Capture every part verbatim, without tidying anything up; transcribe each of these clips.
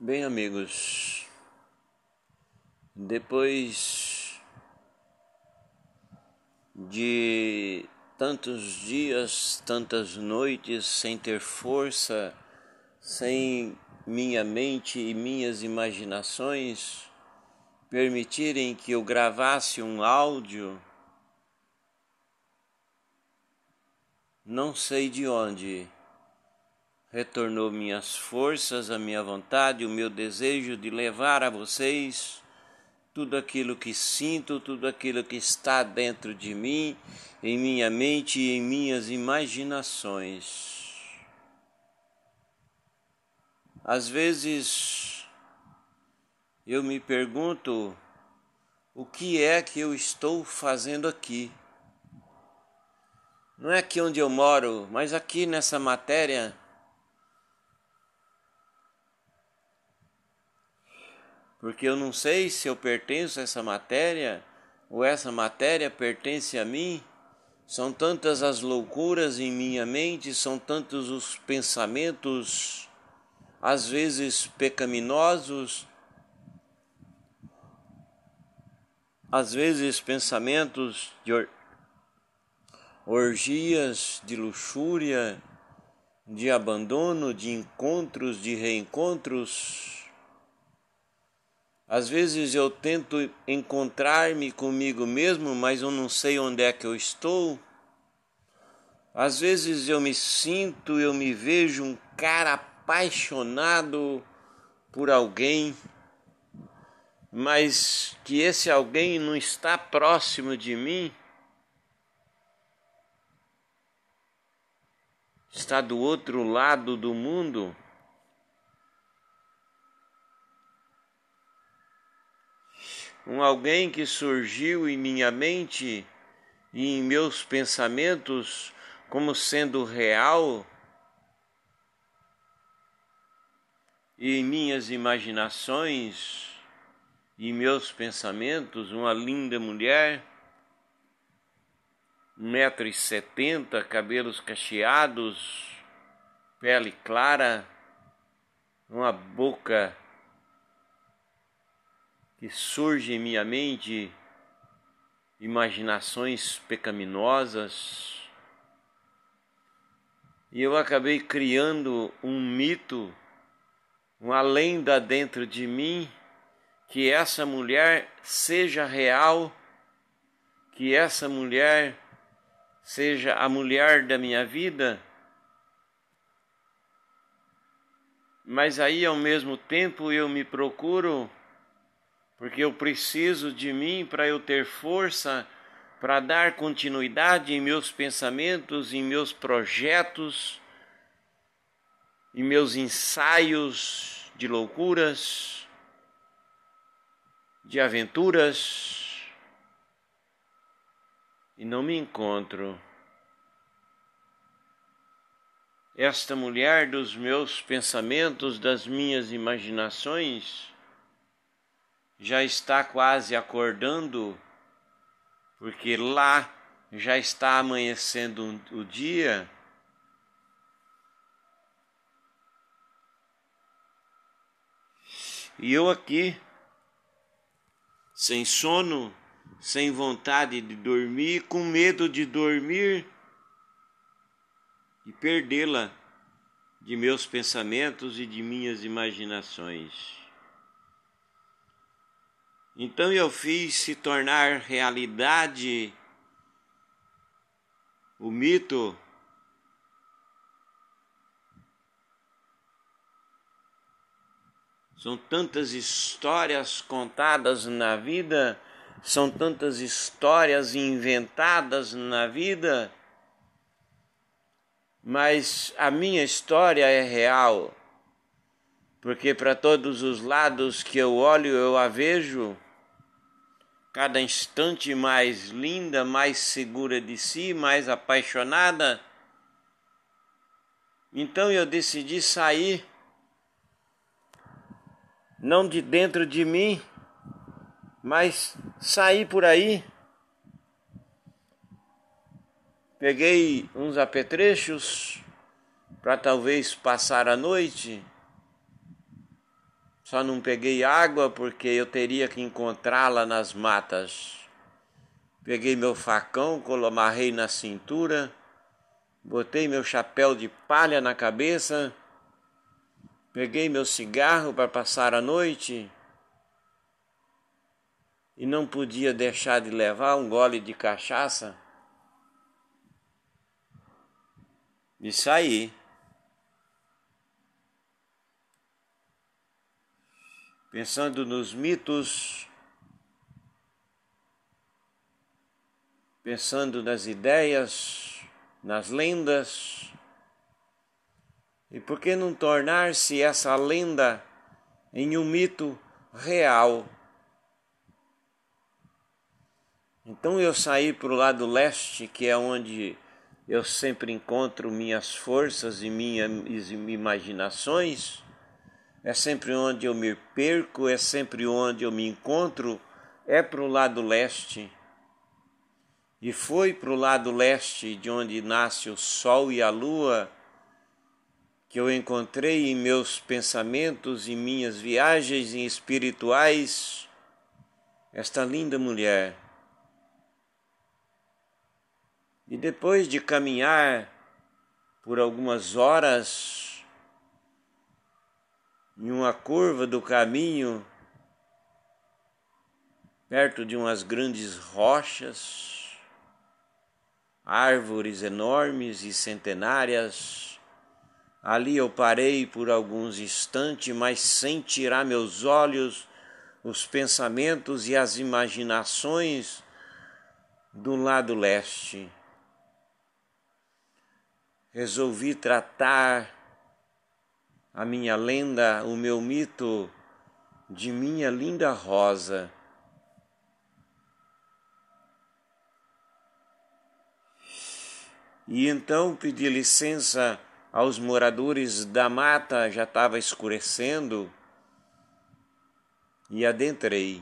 Bem, amigos, depois de tantos dias, tantas noites sem ter força, sem minha mente e minhas imaginações permitirem que eu gravasse um áudio, não sei de onde retornou minhas forças, a minha vontade, o meu desejo de levar a vocês tudo aquilo que sinto, tudo aquilo que está dentro de mim, em minha mente e em minhas imaginações. Às vezes eu me pergunto o que é que eu estou fazendo aqui. Não é aqui onde eu moro, mas aqui nessa matéria. Porque eu não sei se eu pertenço a essa matéria ou essa matéria pertence a mim. São tantas as loucuras em minha mente, são tantos os pensamentos, às vezes pecaminosos, às vezes pensamentos de or- orgias, de luxúria, de abandono, de encontros, de reencontros. Às vezes eu tento encontrar-me comigo mesmo, mas eu não sei onde é que eu estou. Às vezes eu me sinto, eu me vejo um cara apaixonado por alguém, mas que esse alguém não está próximo de mim, está do outro lado do mundo. Um alguém que surgiu em minha mente e em meus pensamentos como sendo real, e em minhas imaginações e meus pensamentos, uma linda mulher, um metro e setenta, cabelos cacheados, pele clara, uma boca que surge em minha mente, imaginações pecaminosas, e eu acabei criando um mito, uma lenda dentro de mim, que essa mulher seja real, que essa mulher seja a mulher da minha vida. Mas aí ao mesmo tempo eu me procuro, porque eu preciso de mim para eu ter força para dar continuidade em meus pensamentos, em meus projetos, em meus ensaios de loucuras, de aventuras, e não me encontro. Esta mulher dos meus pensamentos, das minhas imaginações, já está quase acordando, porque lá já está amanhecendo o dia. E eu aqui, sem sono, sem vontade de dormir, com medo de dormir e perdê-la de meus pensamentos e de minhas imaginações. Então eu fiz se tornar realidade o mito São tantas histórias contadas na vida, são tantas histórias inventadas na vida, mas a minha história é real, porque para todos os lados que eu olho eu a vejo, cada instante mais linda, mais segura de si, mais apaixonada. Então eu decidi sair, não de dentro de mim, mas sair por aí. Peguei uns apetrechos para talvez passar a noite, Só não peguei água porque eu teria que encontrá-la nas matas. Peguei meu facão, amarrei na cintura, botei meu chapéu de palha na cabeça, peguei meu cigarro para passar a noite e não podia deixar de levar um gole de cachaça e saí. Pensando nos mitos, pensando nas ideias, nas lendas, e por que não tornar-se essa lenda em um mito real? Então eu saí para o lado leste, que é onde eu sempre encontro minhas forças e minhas imaginações, é sempre onde eu me perco, é sempre onde eu me encontro, é para o lado leste. E foi para o lado leste, de onde nasce o sol e a lua, que eu encontrei em meus pensamentos e minhas viagens espirituais esta linda mulher. E depois de caminhar por algumas horas em uma curva do caminho, perto de umas grandes rochas, árvores enormes e centenárias, ali eu parei por alguns instantes, mas sem tirar meus olhos, os pensamentos e as imaginações do lado leste. Resolvi tratar a minha lenda, o meu mito, de minha linda rosa. E então pedi licença aos moradores da mata, já estava escurecendo, e adentrei.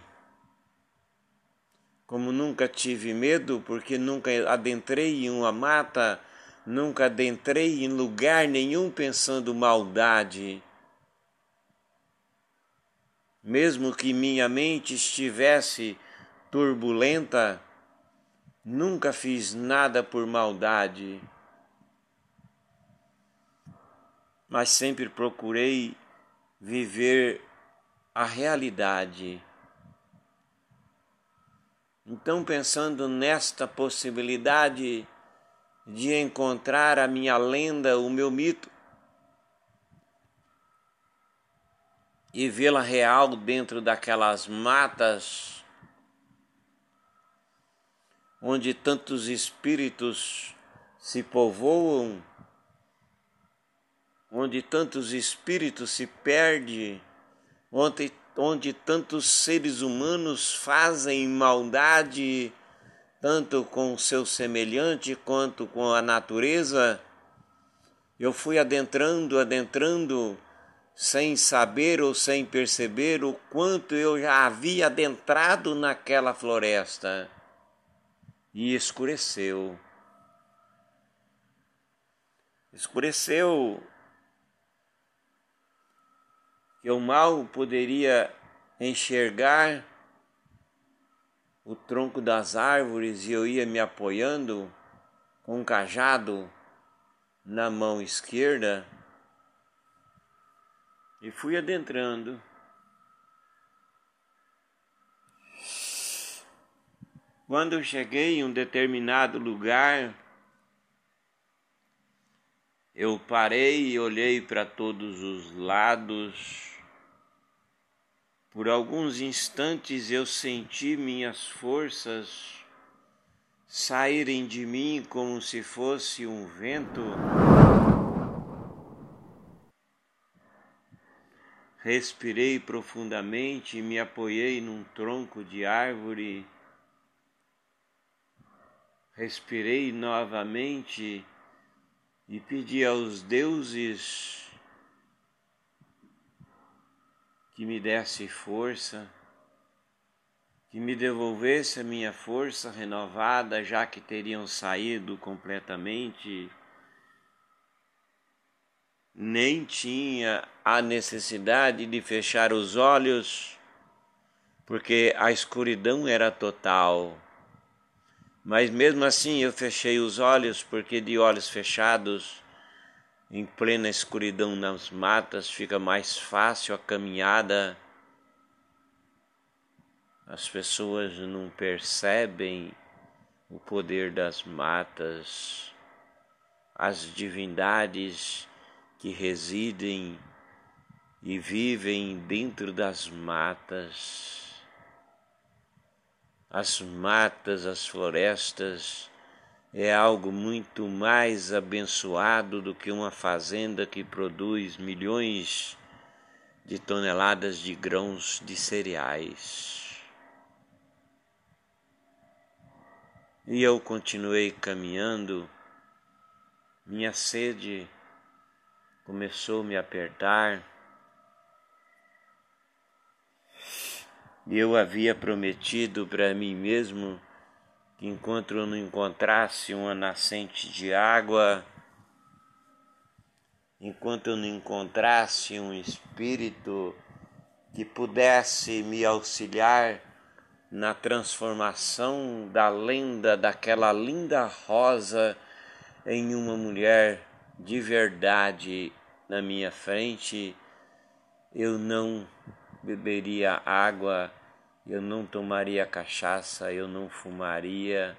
Como nunca tive medo, porque nunca adentrei em uma mata, nunca adentrei em lugar nenhum pensando maldade. Mesmo que minha mente estivesse turbulenta, nunca fiz nada por maldade. Mas sempre procurei viver a realidade. Então, pensando nesta possibilidade de encontrar a minha lenda, o meu mito, e vê-la real dentro daquelas matas, onde tantos espíritos se povoam, onde tantos espíritos se perdem, onde, onde tantos seres humanos fazem maldade, tanto com o seu semelhante quanto com a natureza, eu fui adentrando, adentrando, sem saber ou sem perceber o quanto eu já havia adentrado naquela floresta. E escureceu. Escureceu. Eu mal poderia enxergar o tronco das árvores e eu ia me apoiando com um cajado na mão esquerda e fui adentrando. Quando eu cheguei em um determinado lugar, eu parei e olhei para todos os lados. Por alguns instantes eu senti minhas forças saírem de mim como se fosse um vento. Respirei profundamente e me apoiei num tronco de árvore. Respirei novamente e pedi aos deuses que me desse força, que me devolvesse a minha força renovada, já que teriam saído completamente. nem tinha a necessidade de fechar os olhos, porque a escuridão era total. Mas mesmo assim eu fechei os olhos, porque de olhos fechados, em plena escuridão nas matas, fica mais fácil a caminhada. As pessoas não percebem o poder das matas, as divindades que residem e vivem dentro das matas. As matas, as florestas, é algo muito mais abençoado do que uma fazenda que produz milhões de toneladas de grãos de cereais. E eu continuei caminhando, minha sede começou a me apertar, e eu havia prometido para mim mesmo que enquanto eu não encontrasse uma nascente de água, enquanto eu não encontrasse um espírito que pudesse me auxiliar na transformação da lenda daquela linda rosa em uma mulher de verdade na minha frente, eu não beberia água, eu não tomaria cachaça, eu não fumaria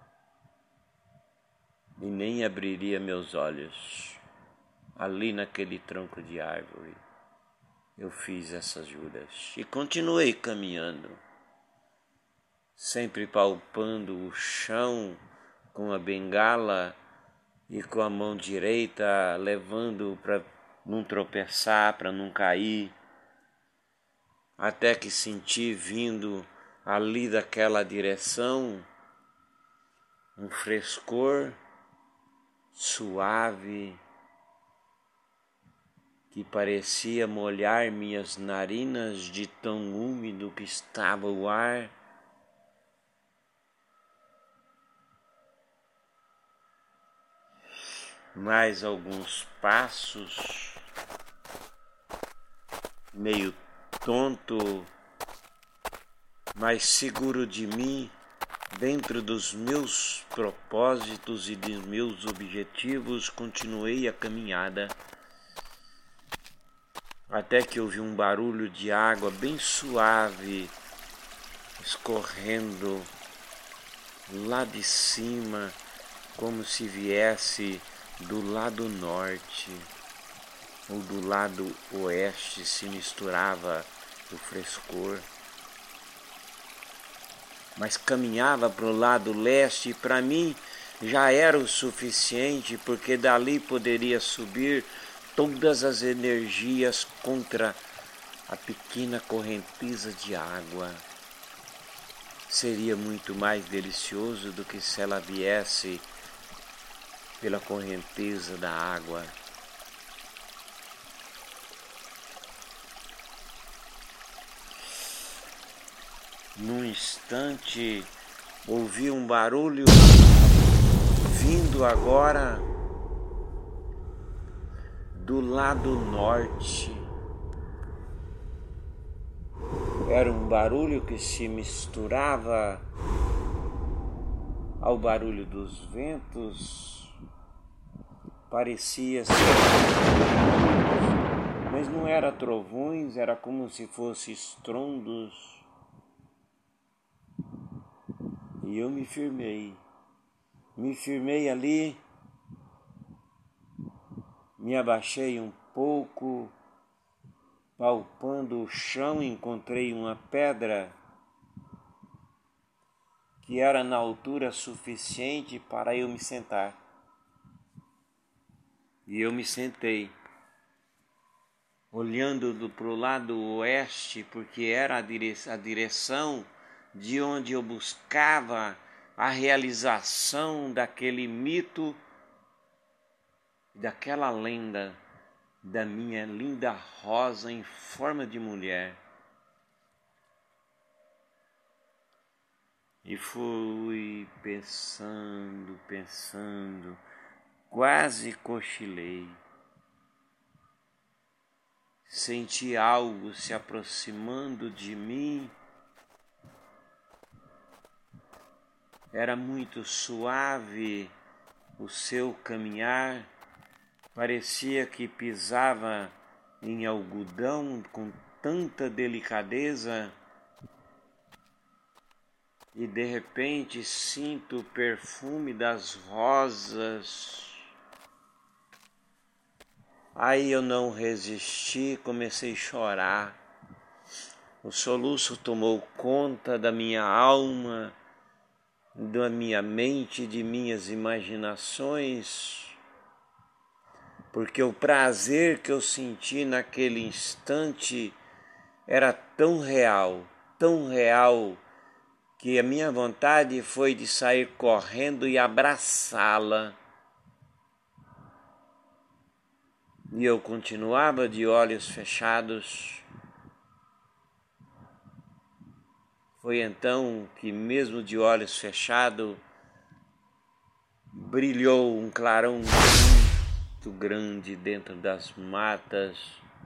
e nem abriria meus olhos. Ali naquele tronco de árvore, eu fiz essas juras e continuei caminhando, sempre palpando o chão com a bengala e com a mão direita levando para não tropeçar, para não cair, até que senti vindo ali daquela direção um frescor suave que parecia molhar minhas narinas de tão úmido que estava o ar. Mais alguns passos, meio tonto, mas seguro de mim, dentro dos meus propósitos e dos meus objetivos, continuei a caminhada, até que ouvi um barulho de água bem suave, escorrendo lá de cima, como se viesse do lado norte ou do lado oeste, se misturava o frescor. Mas caminhava para o lado leste e para mim já era o suficiente, porque dali poderia subir todas as energias contra a pequena correnteza de água. Seria muito mais delicioso do que se ela viesse pela correnteza da água. Num instante, ouvi um barulho vindo agora do lado norte. Era um barulho que se misturava ao barulho dos ventos. Parecia ser, mas não era trovões, era como se fosse estrondos. E eu me firmei, me firmei ali, me abaixei um pouco, palpando o chão, encontrei uma pedra que era na altura suficiente para eu me sentar. E eu me sentei, olhando para o lado oeste, porque era a direção de onde eu buscava a realização daquele mito, daquela lenda da minha linda rosa em forma de mulher. E fui pensando, pensando, quase cochilei. senti algo se aproximando de mim. Era muito suave o seu caminhar, parecia que pisava em algodão com tanta delicadeza. E de repente sinto o perfume das rosas. Aí eu não resisti, comecei a chorar. O soluço tomou conta da minha alma, da minha mente, de minhas imaginações, porque o prazer que eu senti naquele instante era tão real, tão real, que a minha vontade foi de sair correndo e abraçá-la. E eu continuava de olhos fechados. Foi então que, mesmo de olhos fechados, brilhou um clarão muito grande dentro das matas,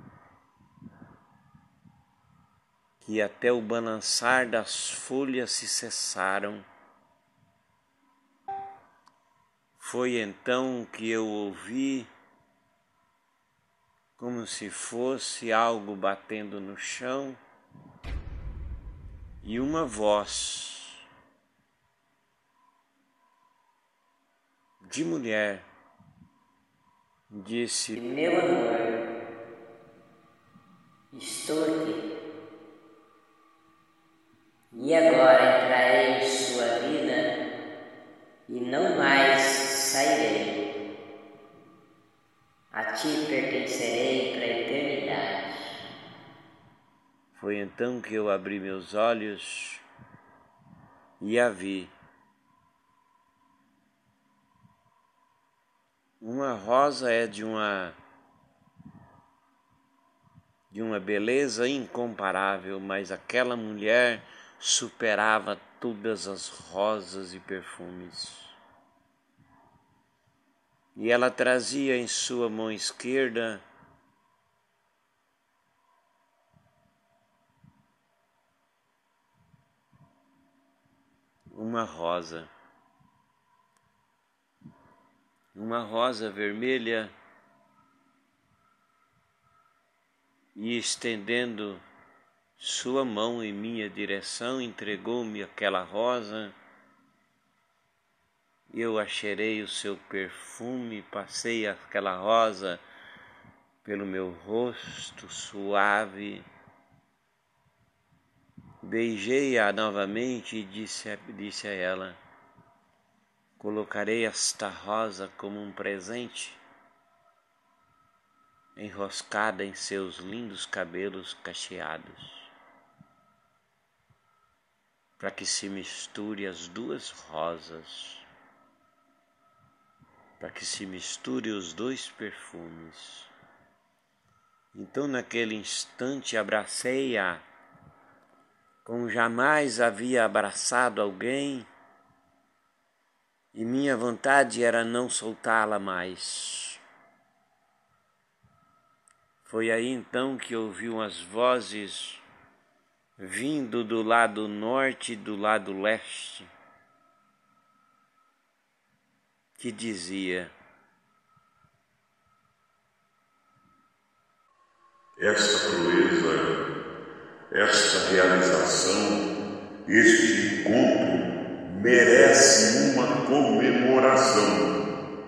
que até o balançar das folhas se cessaram. Foi então que eu ouvi, como se fosse algo batendo no chão, e uma voz de mulher disse: meu amor, estou aqui. E agora entrarei em sua vida e não mais sairei. A ti pertencerei para a eternidade. Foi então que eu abri meus olhos e a vi. Uma rosa é de uma de uma beleza incomparável, mas aquela mulher superava todas as rosas e perfumes. E ela trazia em sua mão esquerda uma rosa, uma rosa vermelha, e estendendo sua mão em minha direção, entregou-me aquela rosa. Eu a cheirei o seu perfume, passei aquela rosa pelo meu rosto suave, beijei-a novamente e disse a, disse a ela: colocarei esta rosa como um presente, enroscada em seus lindos cabelos cacheados, para que se misture as duas rosas, para que se misture os dois perfumes. Então, naquele instante, abracei-a como jamais havia abraçado alguém, e minha vontade era não soltá-la mais. Foi aí então que ouvi umas vozes vindo do lado norte e do lado leste, que dizia: esta proeza, esta realização, este encontro merece uma comemoração.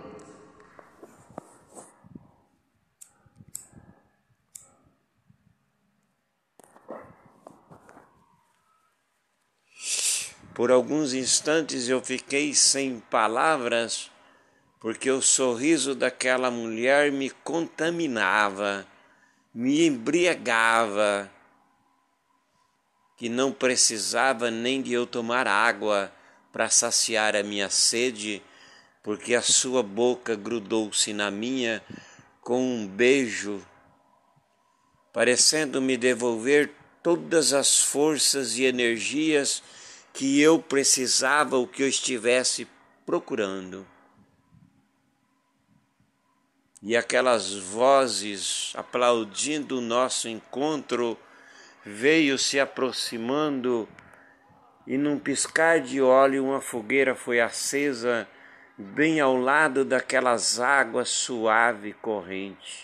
Por alguns instantes eu fiquei sem palavras, porque o sorriso daquela mulher me contaminava, me embriagava, que não precisava nem de eu tomar água para saciar a minha sede, porque a sua boca grudou-se na minha com um beijo, parecendo me devolver todas as forças e energias que eu precisava ou que eu estivesse procurando. e aquelas vozes aplaudindo o nosso encontro veio se aproximando, e num piscar de olho uma fogueira foi acesa bem ao lado daquelas águas suave e corrente.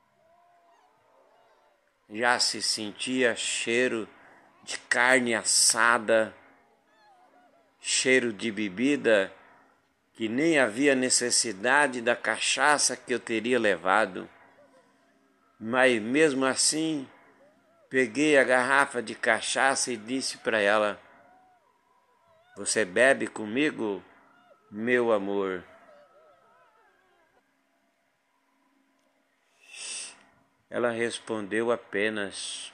Já se sentia cheiro de carne assada, cheiro de bebida, que nem havia necessidade da cachaça que eu teria levado. Mas mesmo assim, peguei a garrafa de cachaça e disse para ela: "Você bebe comigo, meu amor?" Ela respondeu apenas: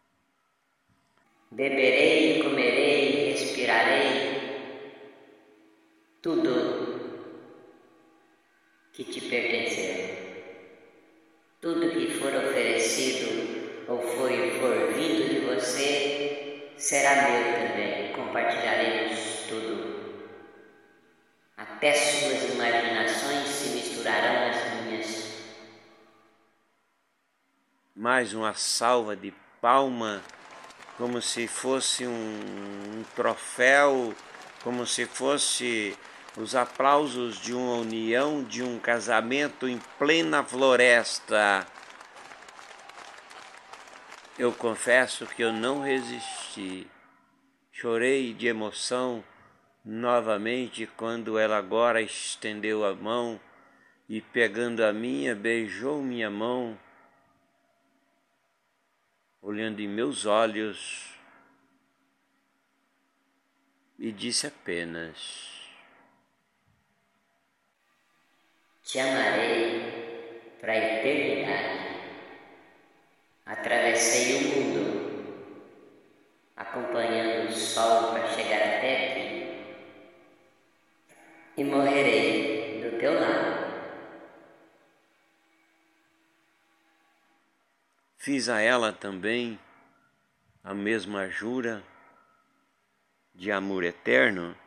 "Beberei, comerei, respirarei tudo que te pertencer. Tudo que for oferecido ou for, for vindo de você será meu também. Compartilharemos tudo. Até suas imaginações se misturarão às minhas." Mais uma salva de palma, como se fosse um, um troféu, como se fosse os aplausos de uma união, de um casamento em plena floresta. Eu confesso que eu não resisti. Chorei de emoção novamente quando ela agora estendeu a mão e, pegando a minha, beijou minha mão, olhando em meus olhos, e disse apenas: "Te amarei para a eternidade. Atravessei o mundo, acompanhando o sol para chegar até aqui, e morrerei do teu lado." Fiz a ela também a mesma jura de amor eterno.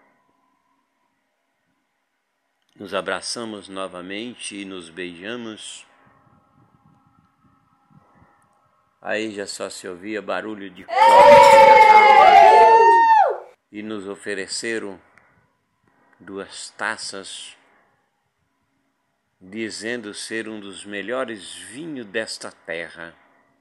Nos abraçamos novamente e nos beijamos. Aí já só se ouvia barulho de copos e nos ofereceram duas taças, dizendo ser um dos melhores vinhos desta terra,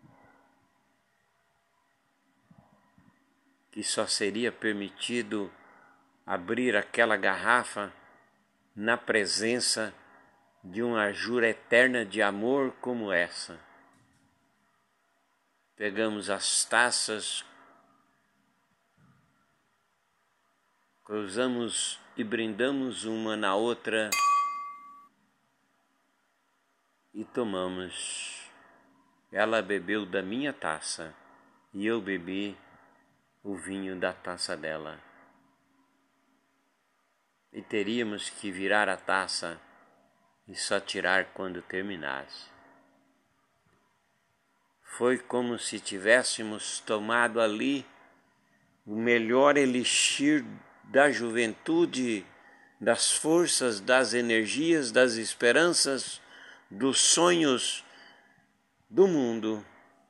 que só seria permitido abrir aquela garrafa na presença de uma jura eterna de amor como essa. Pegamos as taças, cruzamos e brindamos uma na outra e tomamos. Ela bebeu da minha taça e eu bebi o vinho da taça dela. E teríamos que virar a taça e só tirar quando terminasse. Foi como se tivéssemos tomado ali o melhor elixir da juventude, das forças, das energias, das esperanças, dos sonhos do mundo.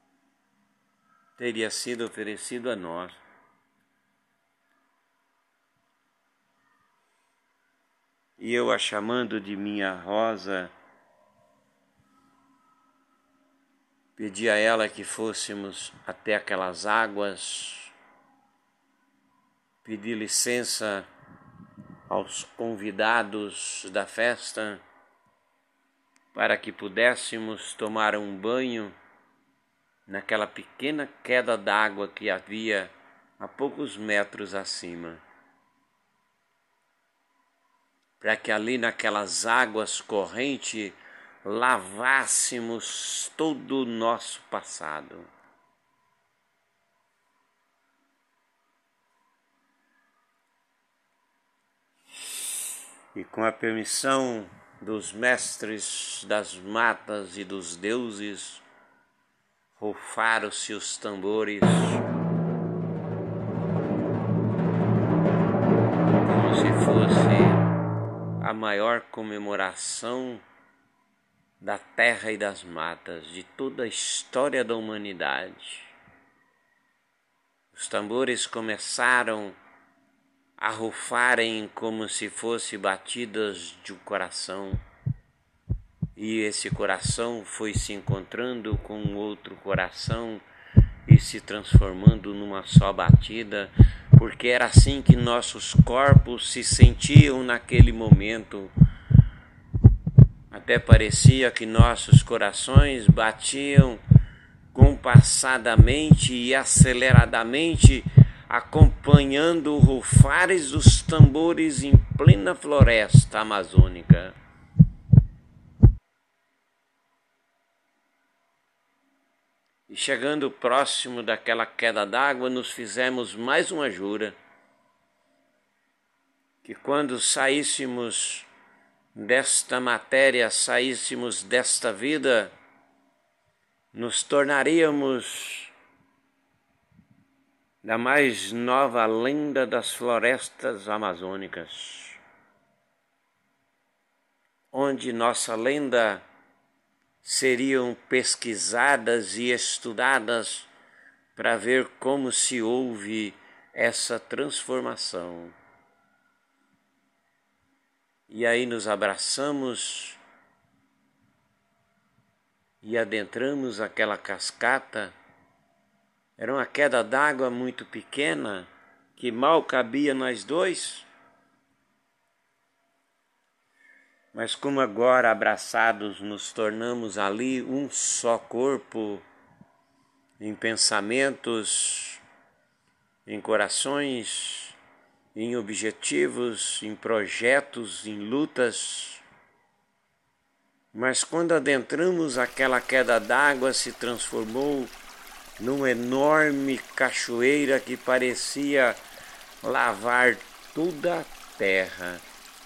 Teria sido oferecido a nós. E eu, a chamando de minha rosa, pedi a ela que fôssemos até aquelas águas, pedi licença aos convidados da festa para que pudéssemos tomar um banho naquela pequena queda d'água que havia a poucos metros acima, para que ali naquelas águas correntes lavássemos todo o nosso passado. E com a permissão dos mestres das matas e dos deuses, rufaram-se os tambores, como se fosse a maior comemoração da terra e das matas, de toda a história da humanidade. Os tambores começaram a rufarem como se fossem batidas de um coração, e esse coração foi se encontrando com outro coração e se transformando numa só batida, porque era assim que nossos corpos se sentiam naquele momento. Até parecia que nossos corações batiam compassadamente e aceleradamente, acompanhando o rufares dos tambores em plena floresta amazônica. E chegando próximo daquela queda d'água, nos fizemos mais uma jura, que quando saíssemos desta matéria, saíssemos desta vida, nos tornaríamos da mais nova lenda das florestas amazônicas, onde nossa lenda seriam pesquisadas e estudadas para ver como se houve essa transformação. E aí nos abraçamos e adentramos aquela cascata. Era uma queda d'água muito pequena, que mal cabia nós dois. Mas como agora abraçados nos tornamos ali um só corpo, em pensamentos, em corações, em objetivos, em projetos, em lutas. Mas quando adentramos aquela queda d'água, se transformou numa enorme cachoeira que parecia lavar toda a terra.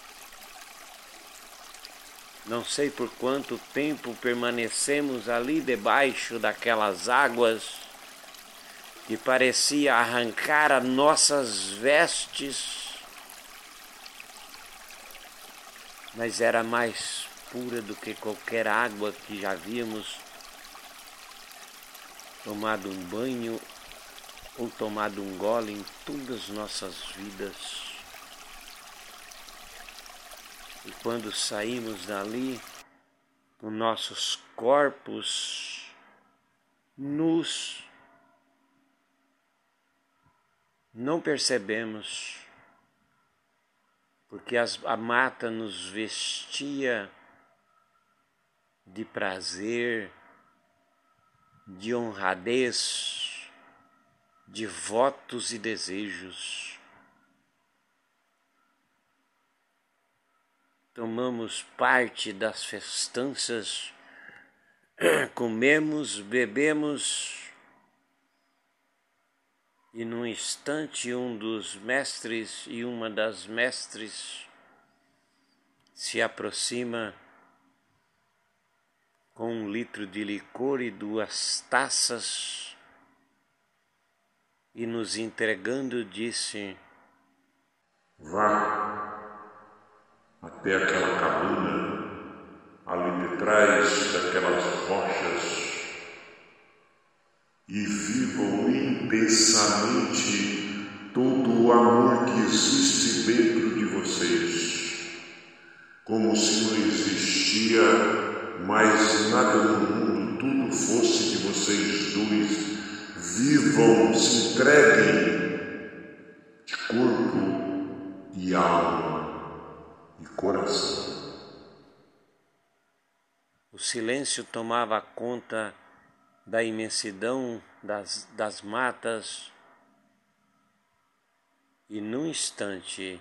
Não sei por quanto tempo permanecemos ali debaixo daquelas águas que parecia arrancar as nossas vestes, mas era mais pura do que qualquer água que já havíamos tomado um banho ou tomado um gole em todas as nossas vidas. E quando saímos dali, com nossos corpos nus, não percebemos, porque as, a mata nos vestia de prazer, de honradez, de votos e desejos. Tomamos parte das festanças, comemos, bebemos, e num instante um dos mestres e uma das mestres se aproxima com um litro de licor e duas taças, e nos entregando disse: vá até aquela cabana, ali de trás daquelas rochas, e vivam intensamente todo o amor que existe dentro de vocês, como se não existia mais nada no mundo, tudo fosse de vocês dois. Vivam, se entreguem de corpo e alma e coração. O silêncio tomava conta da imensidão das, das matas, e num instante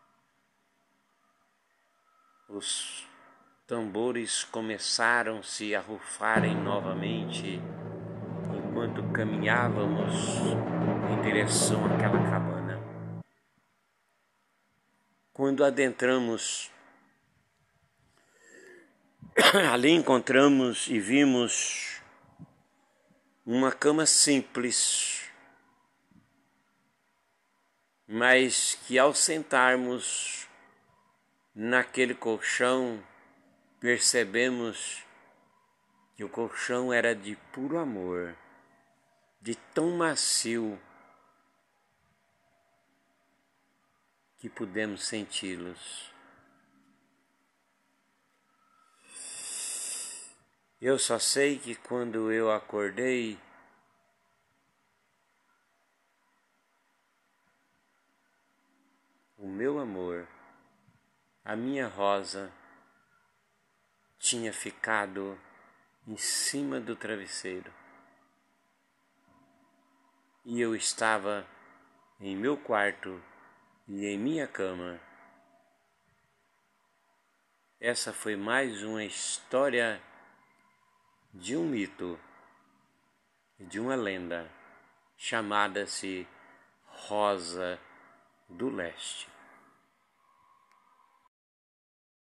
os tambores começaram-se a rufarem novamente, enquanto caminhávamos em direção àquela cabana. Quando adentramos, ali encontramos e vimos uma cama simples, mas que ao sentarmos naquele colchão percebemos que o colchão era de puro amor, de tão macio que pudemos senti-los. Eu só sei que quando eu acordei, o meu amor, a minha rosa, tinha ficado em cima do travesseiro. E eu estava em meu quarto e em minha cama. Essa foi mais uma história de um mito, de uma lenda, chamada-se Rosa do Leste.